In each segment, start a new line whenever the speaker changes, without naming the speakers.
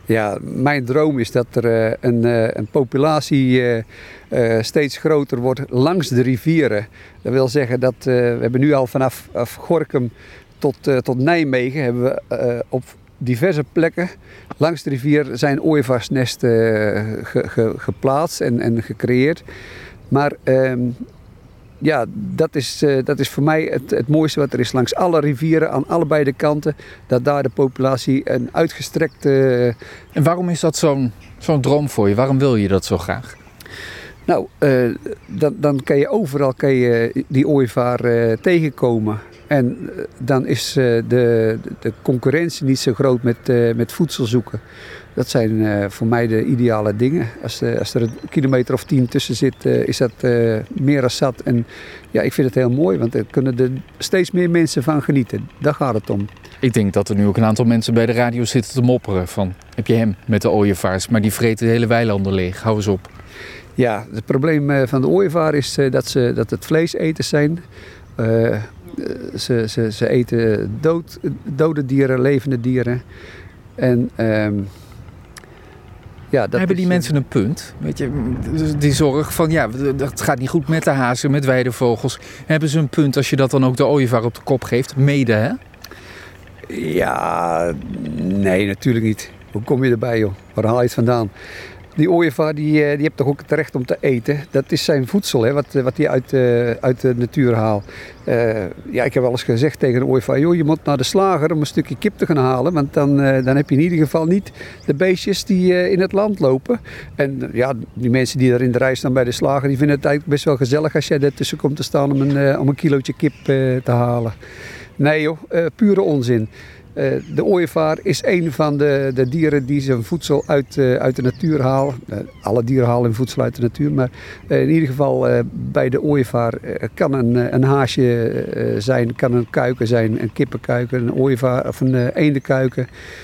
Ja, mijn droom is dat er een populatie steeds groter wordt langs de rivieren. Dat wil zeggen dat we hebben nu al vanaf Gorinchem tot Nijmegen hebben we op diverse plekken langs de rivier zijn ooievaarsnesten geplaatst en gecreëerd. Maar ja, dat is voor mij het mooiste wat er is. Langs alle rivieren, aan allebei de kanten, dat daar de populatie een uitgestrekte...
En waarom is dat zo'n droom voor je? Waarom wil je dat zo graag?
Nou, dan kan je overal die ooievaar tegenkomen. En dan is de concurrentie niet zo groot met voedsel zoeken. Dat zijn voor mij de ideale dingen. Als er een kilometer of 10 tussen zit, is dat meer dan zat. En ja, ik vind het heel mooi, want er kunnen er steeds meer mensen van genieten. Daar gaat het om.
Ik denk dat er nu ook een aantal mensen bij de radio zitten te mopperen van... heb je hem met de ooievaars, maar die vreten de hele weilanden leeg. Hou eens op.
Ja, het probleem van de ooievaar is dat het vleeseters zijn. Ze eten dode dieren, levende dieren. En ja,
hebben die mensen een punt? Weet je, die zorg van ja, het gaat niet goed met de hazen, met weidevogels. Hebben ze een punt als je dat dan ook de ooievaar op de kop geeft? Mede, hè?
Ja, nee, natuurlijk niet. Hoe kom je erbij, joh? Waar haal je het vandaan? Die ooievaar die heeft toch ook het recht om te eten. Dat is zijn voedsel, hè, wat hij uit de natuur haalt. Ja, ik heb wel eens gezegd tegen een ooievaar... joh, je moet naar de slager om een stukje kip te gaan halen. Want dan heb je in ieder geval niet de beestjes die in het land lopen. En ja, die mensen die daar in de rij staan bij de slager... die vinden het eigenlijk best wel gezellig als jij er tussen komt te staan... om een kilootje kip te halen. Nee joh, pure onzin. De ooievaar is een van de dieren die zijn voedsel uit de natuur halen. Alle dieren halen hun voedsel uit de natuur. Maar in ieder geval bij de ooievaar kan een haasje zijn, kan een kuiken zijn, een kippenkuiken, een ooievaar of een eendenkuiken.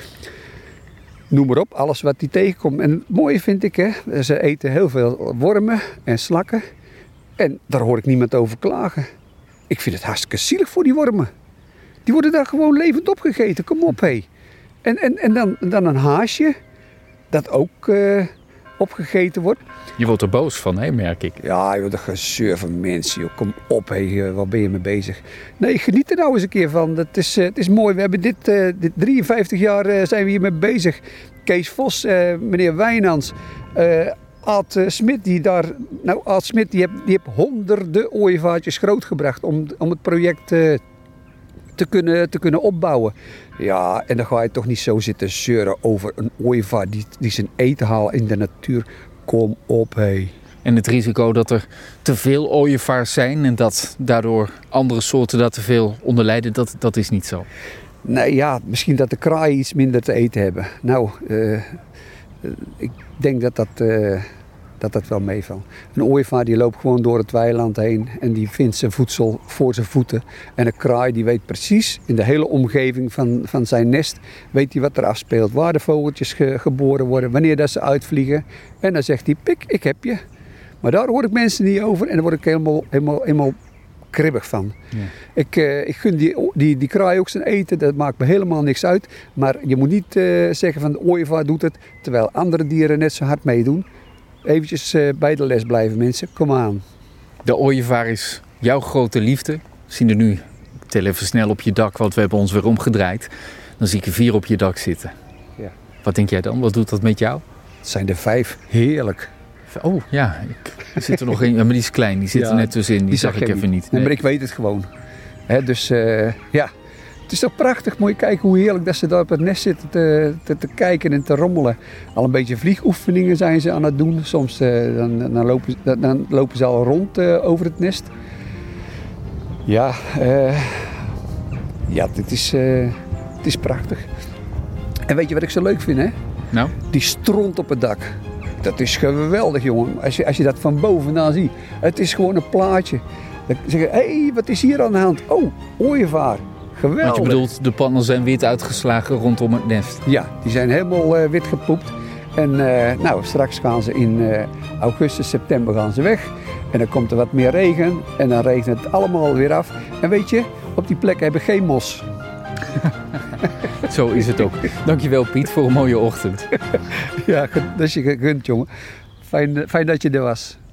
Noem maar op, alles wat die tegenkomt. En het mooie vind ik, hè, ze eten heel veel wormen en slakken. En daar hoor ik niemand over klagen. Ik vind het hartstikke zielig voor die wormen. Die worden daar gewoon levend opgegeten. Kom op, hé. En dan een haasje dat ook opgegeten wordt.
Je wordt er boos van, hè, merk ik.
Ja, je wordt een gezeur van mensen. Joh. Kom op, hé. Waar ben je mee bezig? Nee, geniet er nou eens een keer van. Het is mooi. We hebben dit 53 jaar zijn we hiermee bezig. Kees Vos, meneer Wijnands... Aad Smit, die heeft honderden ooievaartjes grootgebracht om het project te kunnen opbouwen. Ja, en dan ga je toch niet zo zitten zeuren over een ooievaar die zijn eten haalt in de natuur. Kom op, hé.
En het risico dat er te veel ooievaars zijn en dat daardoor andere soorten daar te veel onder lijden, dat is niet zo.
Nee, ja, misschien dat de kraaien iets minder te eten hebben. Nou, ik denk dat wel meevalt. Een ooievaar die loopt gewoon door het weiland heen en die vindt zijn voedsel voor zijn voeten. En een kraai die weet precies in de hele omgeving van zijn nest, weet hij wat er afspeelt. Waar de vogeltjes geboren worden, wanneer dat ze uitvliegen. En dan zegt hij, pik, ik heb je. Maar daar hoor ik mensen niet over en daar word ik helemaal kribbig van. Ja. Ik gun die kraai ook zijn eten, dat maakt me helemaal niks uit. Maar je moet niet zeggen van de ooievaar doet het, terwijl andere dieren net zo hard meedoen. Eventjes bij de les blijven, mensen. Kom aan.
De ooievaar is jouw grote liefde. We zien er nu, ik tel even snel op je dak, want we hebben ons weer omgedraaid. Dan zie ik er 4 op je dak zitten.
Ja.
Wat denk jij dan? Wat doet dat met jou?
Het zijn er 5. Heerlijk.
Oh ja, er zit er nog een, maar die is klein. Die zit er net tussenin. Die zag ik even niet.
Nee. Maar ik weet het gewoon. Dus ja, het is toch prachtig. Moet je kijken hoe heerlijk dat ze daar op het nest zitten te kijken en te rommelen. Al een beetje vliegoefeningen zijn ze aan het doen. Soms dan lopen ze al rond over het nest. Ja, het is prachtig. En weet je wat ik zo leuk vind, hè?
Nou?
Die stront op het dak. Dat is geweldig, jongen. Als je dat van bovenaan ziet. Het is gewoon een plaatje. Dan zeg je, hé, wat is hier aan de hand? Oh, ooievaar. Geweldig.
Want je bedoelt, de pannen zijn wit uitgeslagen rondom het nest.
Ja, die zijn helemaal wit gepoept. En straks gaan ze in augustus, september gaan ze weg. En dan komt er wat meer regen. En dan regent het allemaal weer af. En weet je, op die plek hebben we geen mos.
Zo is het ook. Dankjewel Piet voor een mooie ochtend.
Ja, dat is je gegund, jongen. Fijn dat je er was.